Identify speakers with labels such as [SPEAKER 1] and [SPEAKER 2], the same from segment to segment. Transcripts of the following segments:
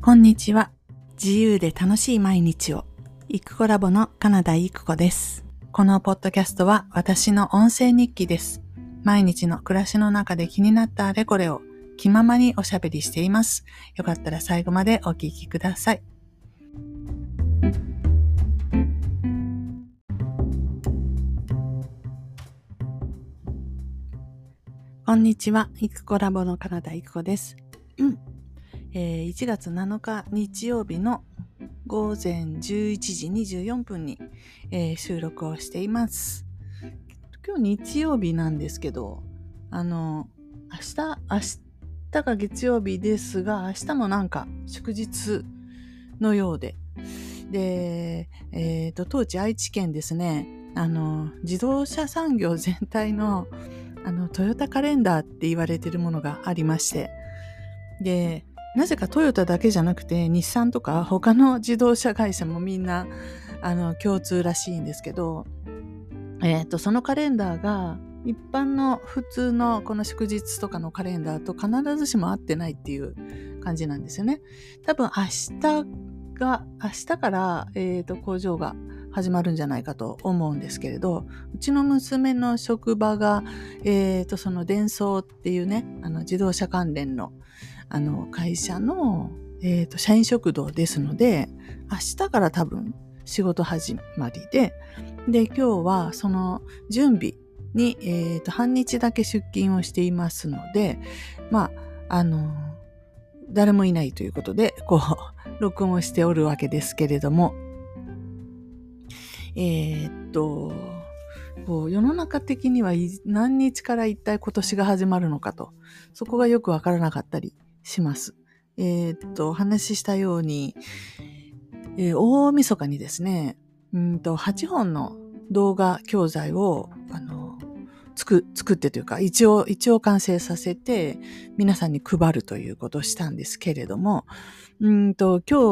[SPEAKER 1] こんにちは。自由で楽しい毎日を。イクコラボのカナダイクコです。このポッドキャストは私の音声日記です。毎日の暮らしの中で気になったあれこれを気ままにおしゃべりしています。よかったら最後までお聞きください。こんにちは。イクコラボのカナダイクコです。1月7日日曜日の午前11時24分に、収録をしています。今日日曜日なんですけど、明日が月曜日ですが、明日もなんか祝日のようで、当地愛知県ですね、自動車産業全体のトヨタカレンダーって言われているものがありまして、で、なぜかトヨタだけじゃなくて日産とか他の自動車会社もみんな共通らしいんですけど、そのカレンダーが一般の普通のこの祝日とかのカレンダーと必ずしも合ってないっていう感じなんですよね。多分明日から、工場が始まるんじゃないかと思うんですけれど、うちの娘の職場が、そのデンソーっていうね、自動車関連の会社の、社員食堂ですので、明日から多分仕事始まりで、今日はその準備に、半日だけ出勤をしていますので、誰もいないということで、録音をしておるわけですけれども、世の中的には何日から一体今年が始まるのかと、そこがよくわからなかったりします。お話ししたように、大晦日にですね、8本の動画教材を作ってというか、一応完成させて皆さんに配るということをしたんですけれども、今日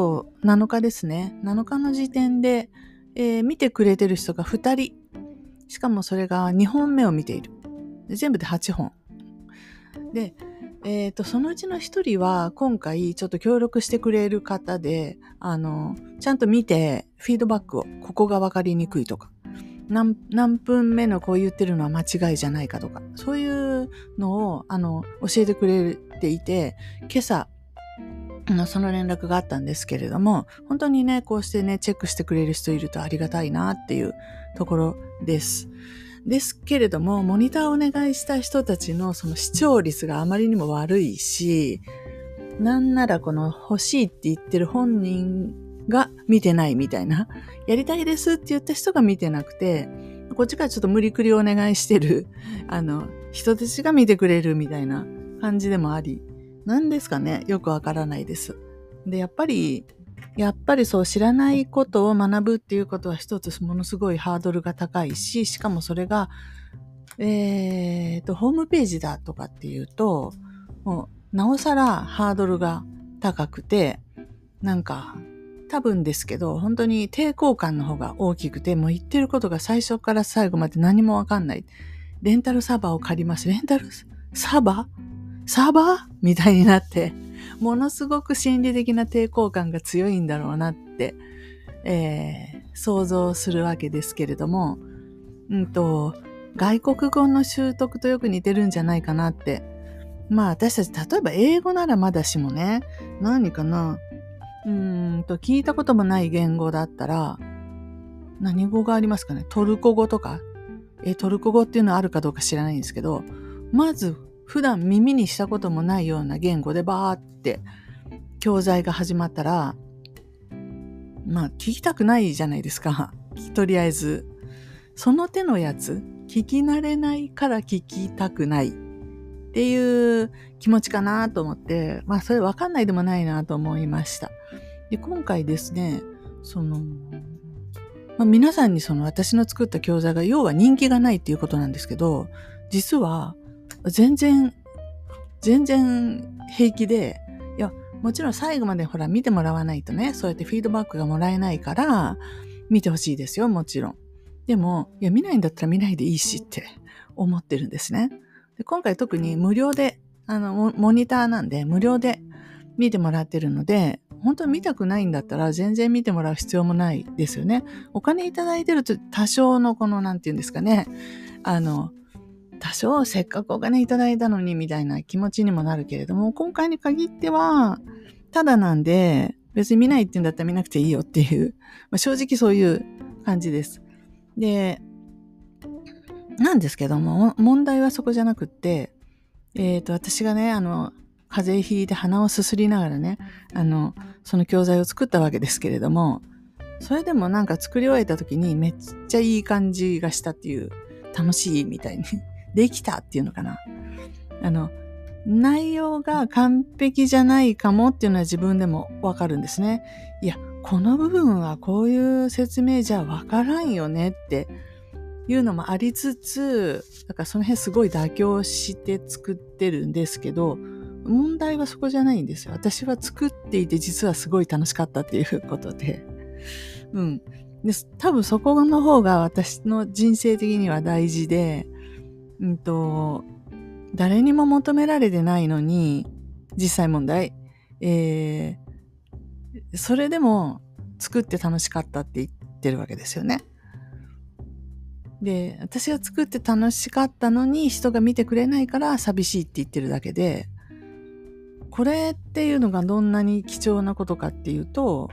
[SPEAKER 1] 7日ですね。7日の時点で、見てくれてる人が2人。しかもそれが2本目を見ている。全部で8本。で、そのうちの1人は今回ちょっと協力してくれる方で、ちゃんと見てフィードバックを、ここが分かりにくいとか、何分目のこう言ってるのは間違いじゃないかとか、そういうのを教えてくれていて、今朝その連絡があったんですけれども、本当にね、こうしてね、チェックしてくれる人いるとありがたいなっていうところです。ですけれども、モニターをお願いした人たちのその視聴率があまりにも悪いし、なんならこの欲しいって言ってる本人が見てないみたいな、やりたいですって言った人が見てなくて、こっちからちょっと無理くりお願いしてる、人たちが見てくれるみたいな感じでもあり、なんですかね、よくわからないです。で、やっぱりそう知らないことを学ぶっていうことは一つものすごいハードルが高いし、しかもそれが、ホームページだとかっていうと、もうなおさらハードルが高くて、なんか多分ですけど、本当に抵抗感の方が大きくて、もう言ってることが最初から最後まで何もわかんない。レンタルサーバーを借ります。レンタルサーバーみたいになって、ものすごく心理的な抵抗感が強いんだろうなって、想像するわけですけれども、外国語の習得とよく似てるんじゃないかなって。私たち、例えば英語ならまだしもね、何かな、聞いたこともない言語だったら、何語がありますかね？トルコ語とか？トルコ語っていうのはあるかどうか知らないんですけど、まず、普段耳にしたこともないような言語でバーって教材が始まったら、聞きたくないじゃないですか。とりあえず。その手のやつ、聞き慣れないから聞きたくないっていう気持ちかなと思って、それわかんないでもないなと思いました。で、今回ですね、皆さんに私の作った教材が要は人気がないっていうことなんですけど、実は全然平気で、いや、もちろん最後まで見てもらわないとね、そうやってフィードバックがもらえないから、見てほしいですよ、もちろん。でも、いや、見ないんだったら見ないでいいしって思ってるんですね。で、今回特に無料で、モニターなんで無料で見てもらってるので、 本当に見たくないんだったら全然見てもらう必要もないですよね。お金いただいてると多少のこのなんていうんですかね、多少せっかくお金いただいたのにみたいな気持ちにもなるけれども、今回に限ってはただなんで別に見ないって言うんだったら見なくていいよっていう、正直そういう感じです。で、なんですけども、問題はそこじゃなくって、私がね、風邪ひいて鼻をすすりながらね、その教材を作ったわけですけれども、それでもなんか作り終えた時にめっちゃいい感じがしたっていう、楽しいみたいにできたっていうのかな。内容が完璧じゃないかもっていうのは自分でもわかるんですね。いや、この部分はこういう説明じゃわからんよねっていうのもありつつ、だからその辺すごい妥協して作ってるんですけど、問題はそこじゃないんですよ。私は作っていて実はすごい楽しかったっていうことで。うん。で、多分そこの方が私の人生的には大事で、誰にも求められてないのに、実際問題、それでも作って楽しかったって言ってるわけですよね。で、私が作って楽しかったのに人が見てくれないから寂しいって言ってるだけで、これっていうのがどんなに貴重なことかっていうと、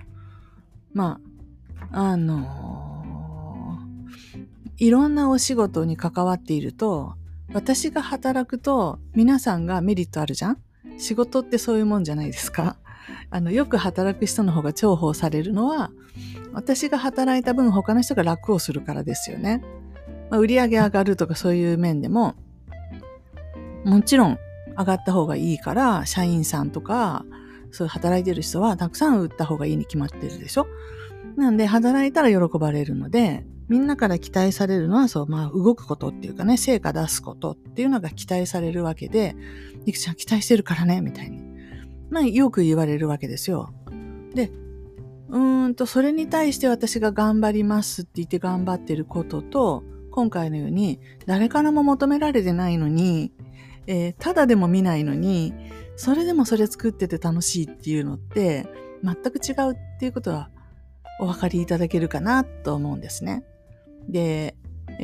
[SPEAKER 1] いろんなお仕事に関わっていると、私が働くと皆さんがメリットあるじゃん？仕事ってそういうもんじゃないですか？よく働く人の方が重宝されるのは、私が働いた分他の人が楽をするからですよね。売り上げ上がるとかそういう面でも、もちろん上がった方がいいから、社員さんとか、そういう働いてる人はたくさん売った方がいいに決まってるでしょ。なんで働いたら喜ばれるので、みんなから期待されるのは動くことっていうかね、成果出すことっていうのが期待されるわけで、いくちゃん期待してるからね、みたいに。よく言われるわけですよ。で、それに対して私が頑張りますって言って頑張ってることと、今回のように誰からも求められてないのに、ただでも見ないのに、それでもそれ作ってて楽しいっていうのって全く違うっていうことはお分かりいただけるかなと思うんですね。で、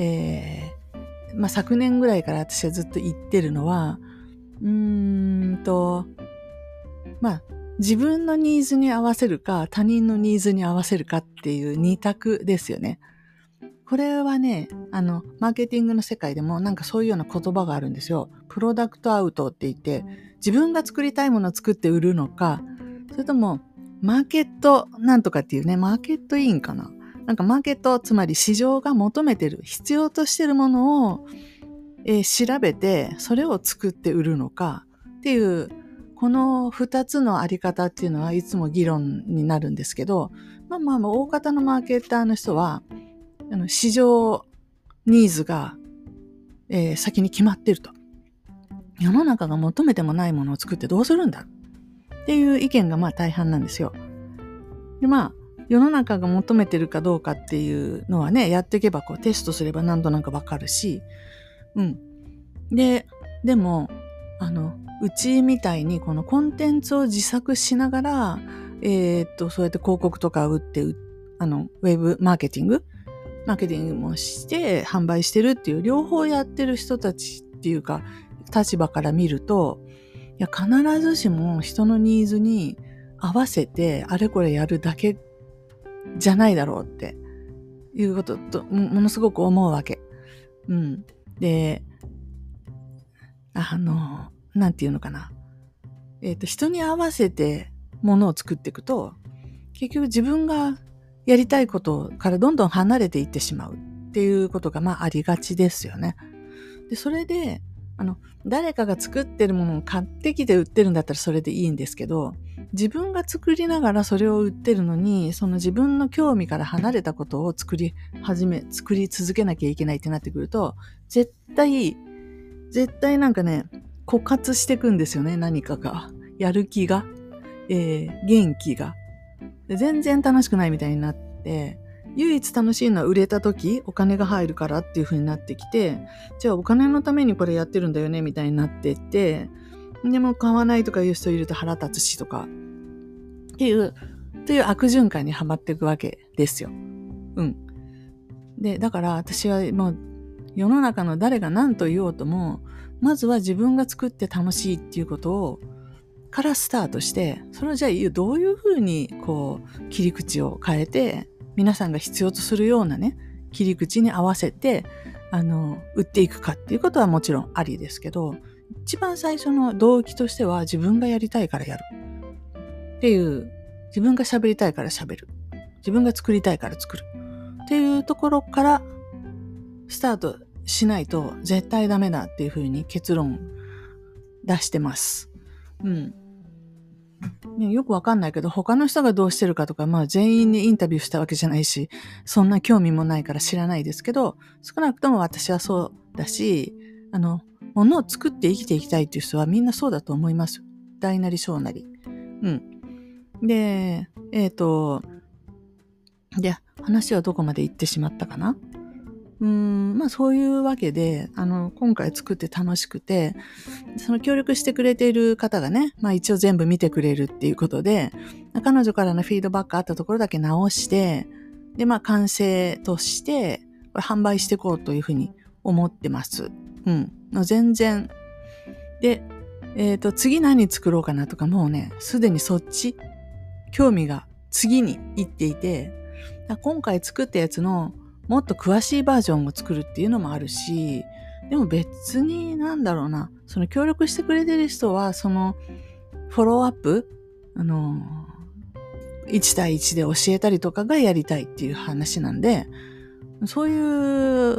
[SPEAKER 1] 昨年ぐらいから私はずっと言ってるのは、自分のニーズに合わせるか他人のニーズに合わせるかっていう二択ですよね。これはね、マーケティングの世界でもなんかそういうような言葉があるんですよ。プロダクトアウトって言って、自分が作りたいものを作って売るのか、それともマーケットなんとかっていうね、マーケットインかな。なんかマーケット、つまり市場が求めてる、必要としてるものを、調べて、それを作って売るのかっていう、この二つのあり方っていうのはいつも議論になるんですけど、大方のマーケッターの人は、市場ニーズが、先に決まってると。世の中が求めてもないものを作ってどうするんだっていう意見が大半なんですよ。で世の中が求めてるかどうかっていうのはね、やっていけばテストすればなんとなくわかるし、でも、うちみたいにこのコンテンツを自作しながら、そうやって広告とか打って、ウェブマーケティングもして販売してるっていう両方やってる人たちっていうか、立場から見ると、いや、必ずしも人のニーズに合わせてあれこれやるだけじゃないだろうっていうことと、ものすごく思うわけ。で、なんていうのかな。人に合わせてものを作っていくと、結局自分がやりたいことからどんどん離れていってしまうっていうことがありがちですよね。で、それで、誰かが作ってるものを買ってきて売ってるんだったらそれでいいんですけど、自分が作りながらそれを売ってるのに、その自分の興味から離れたことを作り続けなきゃいけないってなってくると、絶対なんかね、枯渇していくんですよね、何かが。やる気が、元気が。全然楽しくないみたいになって、唯一楽しいのは売れた時お金が入るからっていう風になってきて、じゃあお金のためにこれやってるんだよねみたいになってって、でも買わないとかいう人いると腹立つしとか、 という悪循環にはまっていくわけですよ。で、だから私はもう世の中の誰が何と言おうとも、まずは自分が作って楽しいっていうことをからスタートして、それをじゃあどういうふうに切り口を変えて、皆さんが必要とするようなね、切り口に合わせて売っていくかっていうことはもちろんありですけど、一番最初の動機としては自分がやりたいからやるっていう、自分が喋りたいから喋る、自分が作りたいから作るっていうところからスタートしないと絶対ダメだっていうふうに結論出してます。よくわかんないけど、他の人がどうしてるかとか、全員にインタビューしたわけじゃないし、そんな興味もないから知らないですけど、少なくとも私はそうだし、物を作って生きていきたいっていう人はみんなそうだと思います。大なり小なり。で、で、話はどこまで行ってしまったかな？そういうわけで、今回作って楽しくて、その協力してくれている方がね、一応全部見てくれるっていうことで、彼女からのフィードバックあったところだけ直して、で、完成として、これ販売していこうというふうに思ってます。全然。で、次何作ろうかなとか、もうね、すでにそっち、興味が次に行っていて、今回作ったやつのもっと詳しいバージョンを作るっていうのもあるし、でも別にその協力してくれてる人は、そのフォローアップ、1対1で教えたりとかがやりたいっていう話なんで、そういう、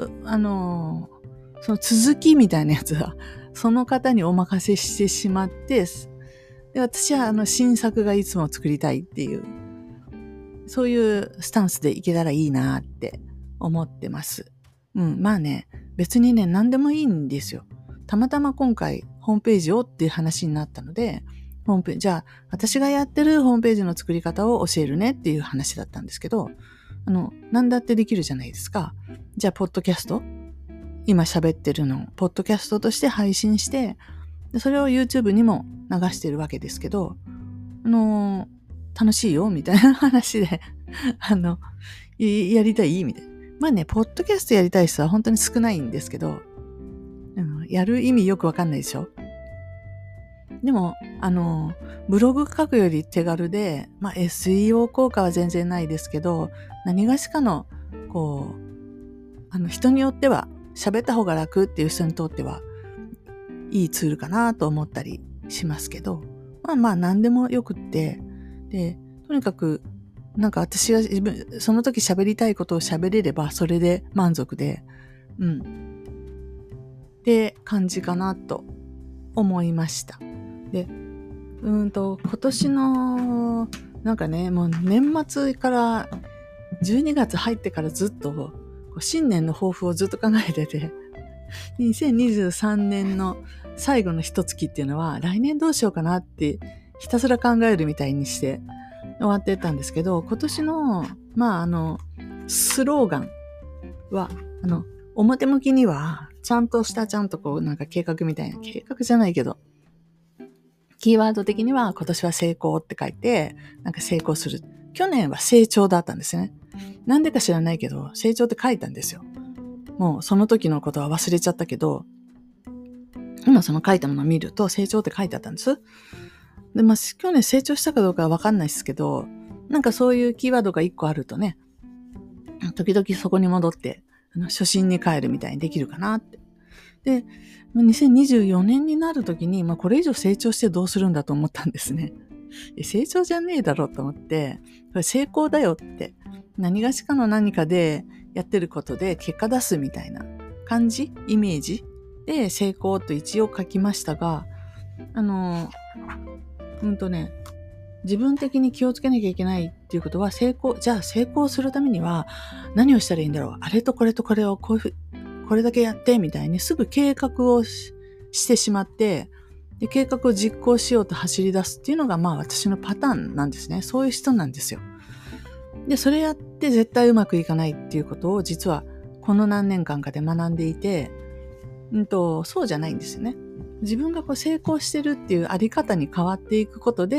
[SPEAKER 1] その続きみたいなやつは、その方にお任せしてしまって、で、私は新作がいつも作りたいっていう、そういうスタンスでいけたらいいなって思ってます。別にね、何でもいいんですよ。たまたま今回ホームページをっていう話になったので、じゃあ私がやってるホームページの作り方を教えるねっていう話だったんですけど、何だってできるじゃないですか。じゃあポッドキャスト、今喋ってるのをポッドキャストとして配信して、それを YouTube にも流してるわけですけど、楽しいよみたいな話でやりたいみたいな。ポッドキャストやりたい人は本当に少ないんですけど、やる意味よくわかんないでしょ。でも、ブログ書くより手軽で、SEO 効果は全然ないですけど、何がしかの、人によっては、喋った方が楽っていう人にとっては、いいツールかなと思ったりしますけど、何でもよくって、で、とにかく、私がその時喋りたいことを喋れれば、それで満足で、って感じかなと思いました。で、今年の、もう年末から12月入ってからずっと、新年の抱負をずっと考えてて、2023年の最後の一月っていうのは、来年どうしようかなってひたすら考えるみたいにして終わってたんですけど、今年の、スローガンは、表向きには、ちゃんと計画みたいな、計画じゃないけど、キーワード的には今年は成功って書いて、成功する。去年は成長だったんですね。なんでか知らないけど、成長って書いたんですよ。もうその時のことは忘れちゃったけど、今その書いたものを見ると成長って書いてあったんです。で、去年成長したかどうかはわかんないですけど、そういうキーワードが一個あるとね、時々そこに戻って、初心に帰るみたいにできるかなって。で、2024年になるときに、これ以上成長してどうするんだと思ったんですね。成長じゃねえだろうと思って、これ成功だよって、何がしかの何かでやってることで結果出すみたいな感じ、イメージで成功と一応書きましたが、自分的に気をつけなきゃいけないっていうことは成功するためには何をしたらいいんだろう、あれとこれとこれをこれだけやってみたいにすぐ計画をしてしまって、で計画を実行しようと走り出すっていうのが私のパターンなんですね。そういう人なんですよ。で、それやって絶対うまくいかないっていうことを実はこの何年間かで学んでいて、そうじゃないんですよね。自分が成功してるっていうあり方に変わっていくことで、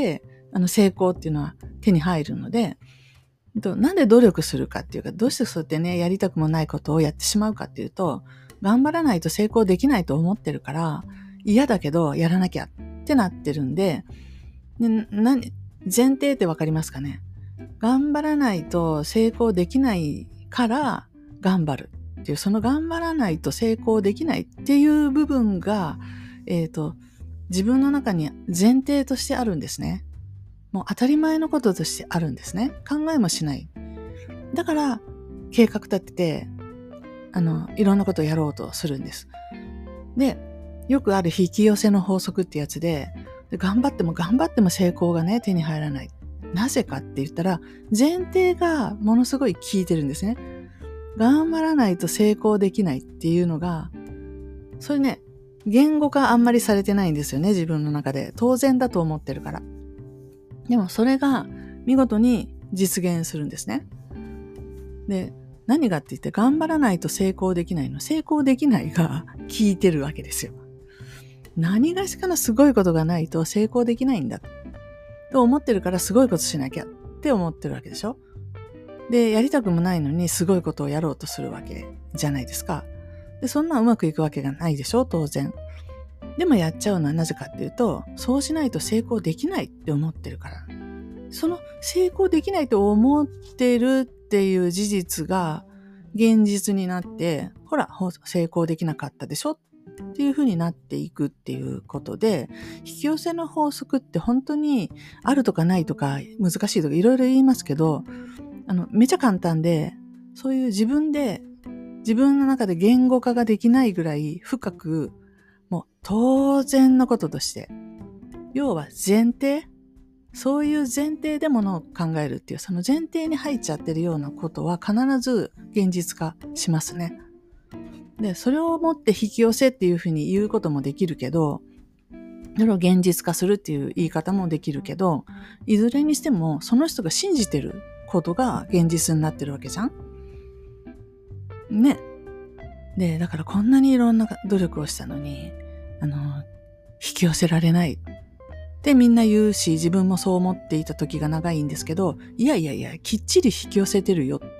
[SPEAKER 1] 成功っていうのは手に入るので、なんで努力するかっていうか、どうしてそうやってね、やりたくもないことをやってしまうかっていうと、頑張らないと成功できないと思ってるから、嫌だけどやらなきゃってなってるんで、前提ってわかりますかね？頑張らないと成功できないから頑張るっていう、その頑張らないと成功できないっていう部分が、自分の中に前提としてあるんですね。もう当たり前のこととしてあるんですね。考えもしない。だから、計画立てて、いろんなことをやろうとするんです。で、よくある引き寄せの法則ってやつで、頑張っても成功がね、手に入らない。なぜかって言ったら、前提がものすごい効いてるんですね。頑張らないと成功できないっていうのが、それね、言語化あんまりされてないんですよね、自分の中で。当然だと思ってるから。でもそれが見事に実現するんですね。で、何がって言って頑張らないと成功できないの。成功できないが効いてるわけですよ。何がしかのすごいことがないと成功できないんだと思ってるからすごいことしなきゃって思ってるわけでしょ。で、やりたくもないのにすごいことをやろうとするわけじゃないですか。で、そんなうまくいくわけがないでしょ、当然。でもやっちゃうのはなぜかっていうと、そうしないと成功できないって思ってるから。その成功できないと思ってるっていう事実が現実になって、ほら、成功できなかったでしょっていう風になっていくっていうことで、引き寄せの法則って本当にあるとかないとか難しいとかいろいろ言いますけど、めちゃ簡単で、そういう自分の中で言語化ができないぐらい深く、もう当然のこととして、要は前提、そういう前提でものを考えるっていう、その前提に入っちゃってるようなことは必ず現実化しますね。で、それをもって引き寄せっていうふうに言うこともできるけど、それを現実化するっていう言い方もできるけど、いずれにしてもその人が信じてることが現実になってるわけじゃん？ね。で、だからこんなにいろんな努力をしたのに、引き寄せられないってみんな言うし、自分もそう思っていた時が長いんですけど、いや、きっちり引き寄せてるよって。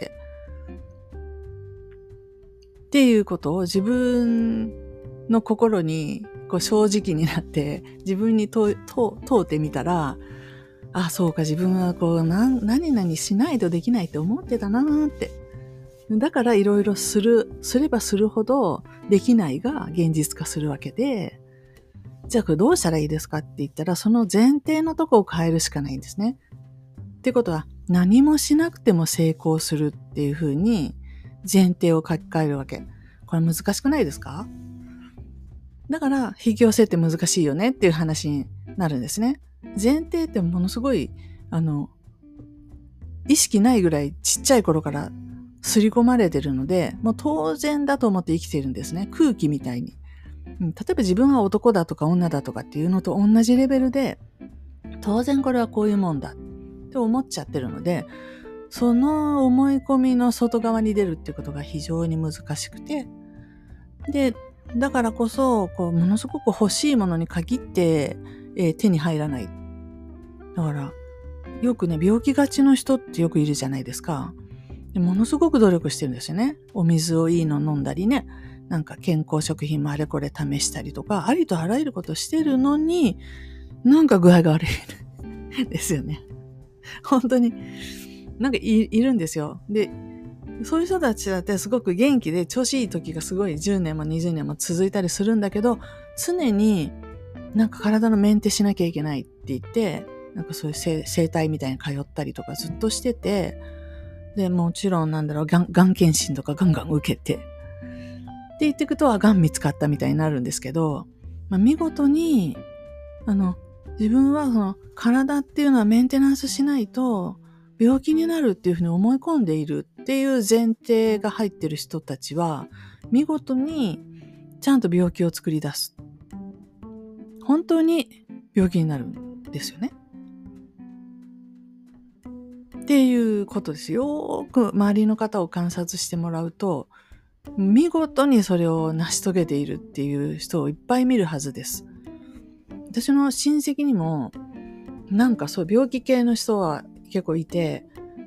[SPEAKER 1] っていうことを自分の心にこう正直になって自分に問ってみたら、あ、そうか、自分はこう何々しないとできないって思ってたなーって。だからいろいろすればするほどできないが現実化するわけで、じゃあこれどうしたらいいですかって言ったら、その前提のとこを変えるしかないんですね。ってことは、何もしなくても成功するっていうふうに前提を書き換えるわけ。これ難しくないですか？だから引き寄せって難しいよねっていう話になるんですね。前提ってものすごい意識ないぐらいちっちゃい頃から刷り込まれてるので、もう当然だと思って生きてるんですね。空気みたいに。例えば自分は男だとか女だとかっていうのと同じレベルで、当然これはこういうもんだって思っちゃってるので、その思い込みの外側に出るってことが非常に難しくて、で、だからこそ、ものすごく欲しいものに限って、手に入らない。だから、よくね、病気がちの人ってよくいるじゃないですか。でものすごく努力してるんですよね。お水をいいの飲んだりね、なんか健康食品もあれこれ試したりとか、ありとあらゆることしてるのに、なんか具合が悪いですよね。本当に、なんかいるんですよ。で、そういう人たちだってすごく元気で調子いい時がすごい10年も20年も続いたりするんだけど、常になんか体のメンテしなきゃいけないって言って、なんかそういう整体みたいに通ったりとかずっとしてて、で、もちろんがん検診とかガンガン受けて、って言っていくと、がん見つかったみたいになるんですけど、見事に、自分はその体っていうのはメンテナンスしないと病気になるっていうふうに思い込んでいるっていう前提が入ってる人たちは、見事にちゃんと病気を作り出す。本当に病気になるんですよね。っていうことです。よーく周りの方を観察してもらうと、見事にそれを成し遂げているっていう人をいっぱい見るはずです。私の親戚にも、 なんかそう病気系の人は結構いて、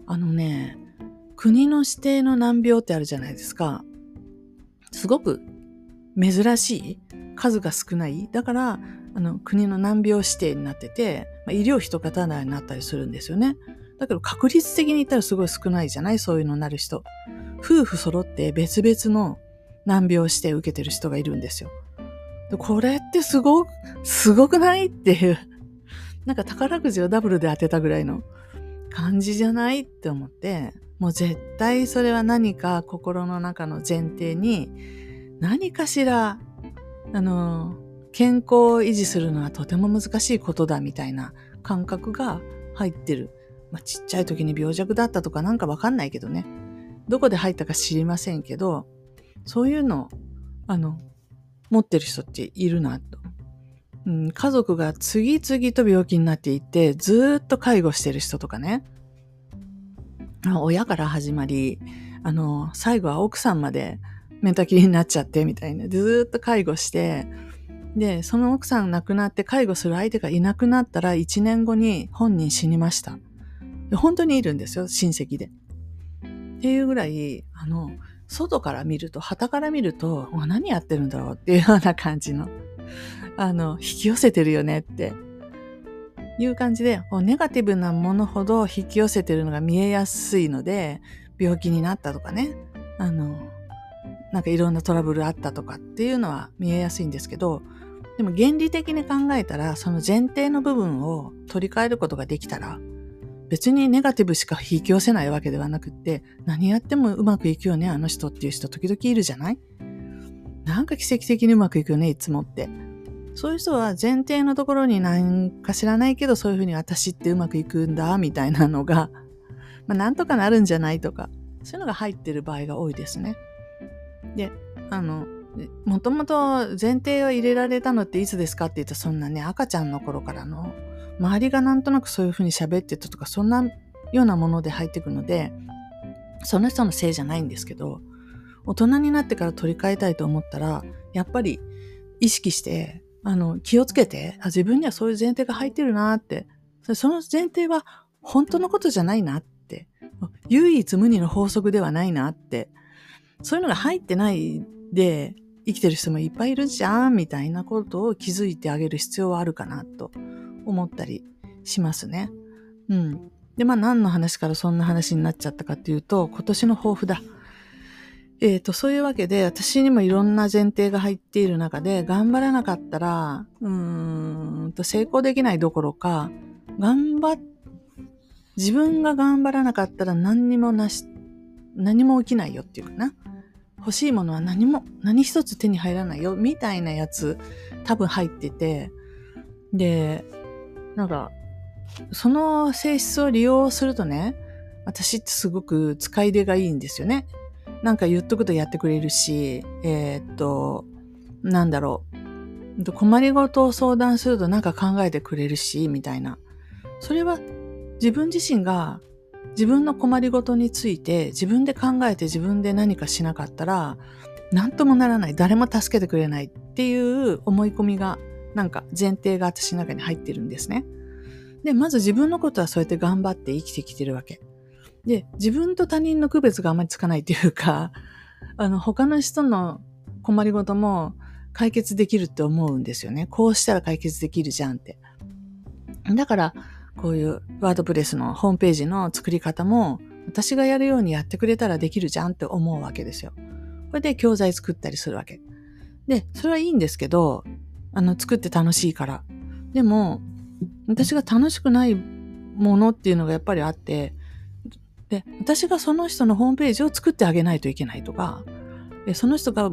[SPEAKER 1] 国の指定の難病ってあるじゃないですか。すごく珍しい、数が少ない。だから、国の難病指定になってて、医療費とかタダになったりするんですよね。だけど確率的に言ったらすごい少ないじゃない？そういうのになる人。夫婦揃って別々の難病指定を受けてる人がいるんですよ。でこれってすごくないっていう。なんか宝くじをダブルで当てたぐらいの感じじゃないって思って、もう絶対それは何か心の中の前提に何かしら、健康を維持するのはとても難しいことだみたいな感覚が入ってる。ちっちゃい時に病弱だったとかなんかわかんないけどね。どこで入ったか知りませんけど、そういうの、持ってる人っているなと。家族が次々と病気になっていて、ずーっと介護してる人とかね。親から始まり、最後は奥さんまで寝たきりになっちゃってみたいな。ずーっと介護して、で、その奥さん亡くなって介護する相手がいなくなったら1年後に本人死にました。本当にいるんですよ、親戚で。っていうぐらい、外から見ると、旗から見ると、何やってるんだろうっていうような感じの、引き寄せてるよねっていう感じで、ネガティブなものほど引き寄せてるのが見えやすいので、病気になったとかね、なんかいろんなトラブルあったとかっていうのは見えやすいんですけど、でも原理的に考えたら、その前提の部分を取り替えることができたら、別にネガティブしか引き寄せないわけではなくって、何やってもうまくいくよね、あの人っていう人時々いるじゃない？なんか奇跡的にうまくいくよね、いつもって。そういう人は前提のところに何か知らないけど、そういうふうに私ってうまくいくんだ、みたいなのが、なんとかなるんじゃないとか、そういうのが入ってる場合が多いですね。で、もともと前提を入れられたのっていつですかって言ったら、そんなね、赤ちゃんの頃からの、周りがなんとなくそういうふうに喋ってたとか、そんなようなもので入ってくるので、その人のせいじゃないんですけど、大人になってから取り替えたいと思ったら、やっぱり意識して、気をつけて、自分にはそういう前提が入ってるなって、その前提は本当のことじゃないなって、唯一無二の法則ではないなって、そういうのが入ってないで生きてる人もいっぱいいるじゃんみたいなことを気づいてあげる必要はあるかなと思ったりしますね。で、何の話からそんな話になっちゃったかっていうと、今年の抱負だ。そういうわけで、私にもいろんな前提が入っている中で、頑張らなかったら、成功できないどころか、自分が頑張らなかったら何も起きないよっていうかな。欲しいものは何一つ手に入らないよ、みたいなやつ、多分入ってて、で、なんか、その性質を利用するとね、私ってすごく使い出がいいんですよね。なんか言っとくとやってくれるし、困りごとを相談するとなんか考えてくれるし、みたいな。それは自分自身が自分の困りごとについて自分で考えて自分で何かしなかったら、なんともならない、誰も助けてくれないっていう思い込みが、なんか前提が私の中に入ってるんですね。で、まず自分のことはそうやって頑張って生きてきてるわけ。で、自分と他人の区別があんまりつかないというか、他の人の困りごとも解決できるって思うんですよね。こうしたら解決できるじゃんって。だから、こういうワードプレスのホームページの作り方も、私がやるようにやってくれたらできるじゃんって思うわけですよ。これで教材作ったりするわけ。で、それはいいんですけど、作って楽しいから。でも、私が楽しくないものっていうのがやっぱりあって、で、私がその人のホームページを作ってあげないといけないとか、その人が、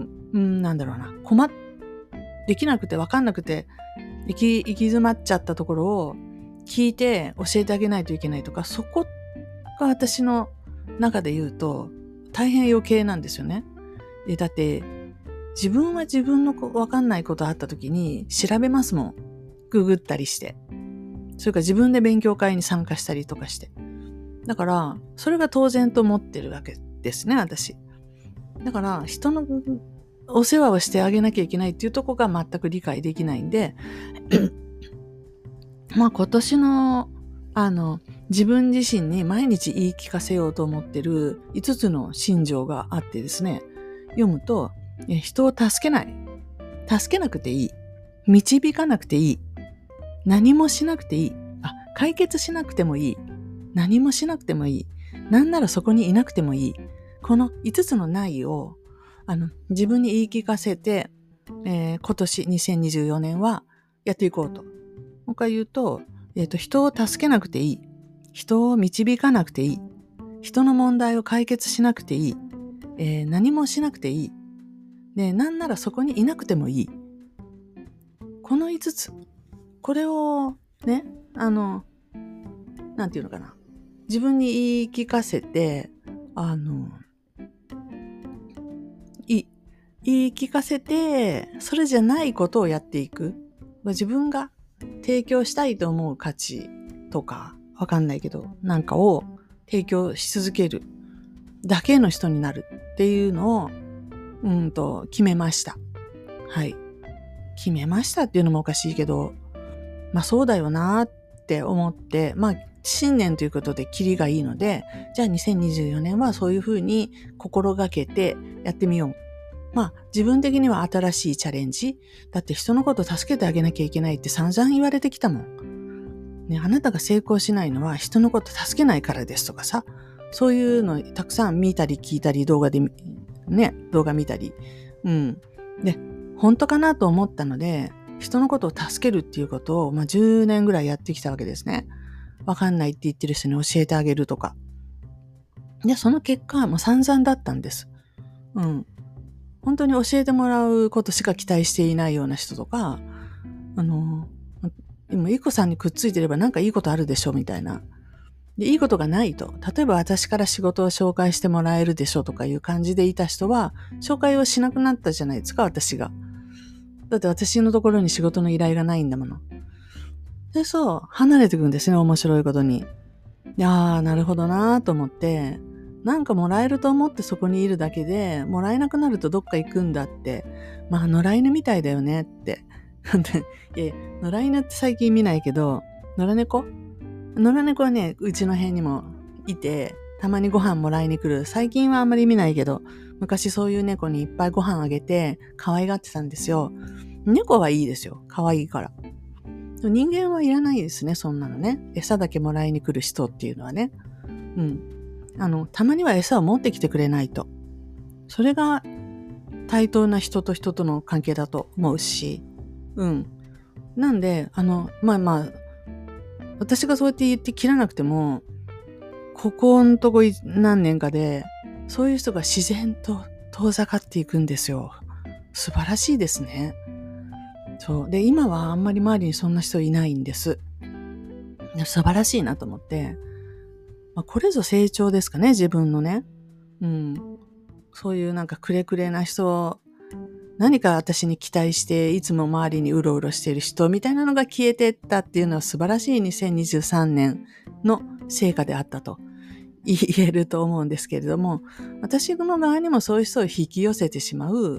[SPEAKER 1] できなくて分かんなくて、行き詰まっちゃったところを聞いて教えてあげないといけないとか、そこが私の中で言うと大変余計なんですよね。だって自分は自分の分かんないことあった時に調べますもん。ググったりして。それから自分で勉強会に参加したりとかして。だから、それが当然と思ってるわけですね、私。だから、人のお世話をしてあげなきゃいけないっていうところが全く理解できないんで、 今年の自分自身に毎日言い聞かせようと思ってる5つの信条があってですね、読むと、人を助けない。助けなくていい。導かなくていい。何もしなくていい。解決しなくてもいい。何もしなくてもいい。なんならそこにいなくてもいい。この5つのないを自分に言い聞かせて、今年2024年はやっていこうと。もう一回言うと、人を助けなくていい。人を導かなくていい。人の問題を解決しなくていい。何もしなくていい。なんならそこにいなくてもいい。この5つ。これをね、なんていうのかな。自分に言い聞かせて、言い聞かせて、それじゃないことをやっていく。自分が提供したいと思う価値とか、わかんないけど、なんかを提供し続けるだけの人になるっていうのを、決めました。はい。決めましたっていうのもおかしいけど、そうだよなって思って、新年ということでキリがいいので、じゃあ2024年はそういうふうに心がけてやってみよう。自分的には新しいチャレンジ。だって人のこと助けてあげなきゃいけないって散々言われてきたもん。ね、あなたが成功しないのは人のこと助けないからですとかさ、そういうのたくさん見たり聞いたり動画見たり。で、本当かなと思ったので、人のことを助けるっていうことを、10年ぐらいやってきたわけですね。わかんないって言ってる人に教えてあげるとか。で、その結果、もう散々だったんです。本当に教えてもらうことしか期待していないような人とか、今、いい子さんにくっついてればなんかいいことあるでしょみたいな。で、いいことがないと。例えば私から仕事を紹介してもらえるでしょとかいう感じでいた人は、紹介をしなくなったじゃないですか、私が。だって私のところに仕事の依頼がないんだもの。で、離れていくんですね、面白いことに。なるほどなと思って、なんかもらえると思ってそこにいるだけで、もらえなくなるとどっか行くんだって。野良犬みたいだよねって。野良犬って最近見ないけど、野良猫はね、うちの辺にもいて、たまにご飯もらいに来る。最近はあんまり見ないけど、昔そういう猫にいっぱいご飯あげて、可愛がってたんですよ。猫はいいですよ。可愛いから。人間はいらないですね、そんなのね。餌だけもらいに来る人っていうのはね。たまには餌を持ってきてくれないと。それが対等な人と人との関係だと思うし。なんで、私がそうやって言って切らなくても、ここのとこ何年かで、そういう人が自然と遠ざかっていくんですよ。素晴らしいですね。で、今はあんまり周りにそんな人いないんです。素晴らしいなと思って。これぞ成長ですかね、自分のね。そういうなんかくれくれな人、何か私に期待して、いつも周りにうろうろしている人みたいなのが消えてったっていうのは素晴らしい2023年の成果であったと言えると思うんですけれども、私の側にもそういう人を引き寄せてしまう、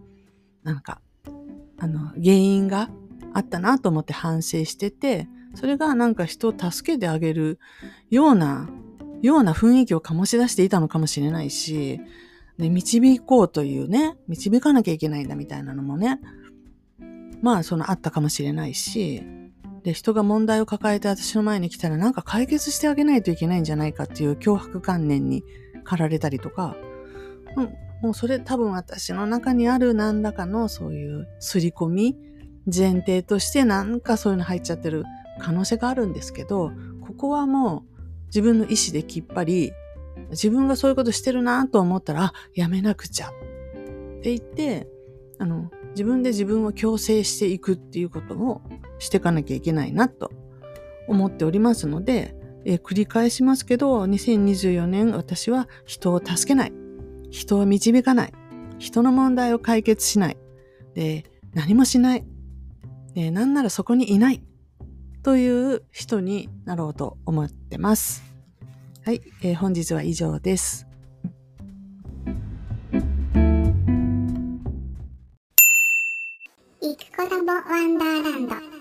[SPEAKER 1] 原因があったなと思って反省してて、それがなんか人を助けてあげるような雰囲気を醸し出していたのかもしれないし、で、導こうというね、導かなきゃいけないんだみたいなのもね、あったかもしれないし、で、人が問題を抱えて私の前に来たらなんか解決してあげないといけないんじゃないかっていう脅迫観念に駆られたりとか、もうそれ多分私の中にある何らかのそういう刷り込み、前提としてなんかそういうの入っちゃってる可能性があるんですけど、ここはもう自分の意思できっぱり、自分がそういうことしてるなと思ったら、やめなくちゃって言って、自分で自分を強制していくっていうことをしていかなきゃいけないなと思っておりますので、繰り返しますけど、2024年私は人を助けない。人を導かない。人の問題を解決しない。で、何もしない。で、なんならそこにいない。という人になろうと思ってます。はい、本日は以上です。
[SPEAKER 2] いくコラボワンダーランド。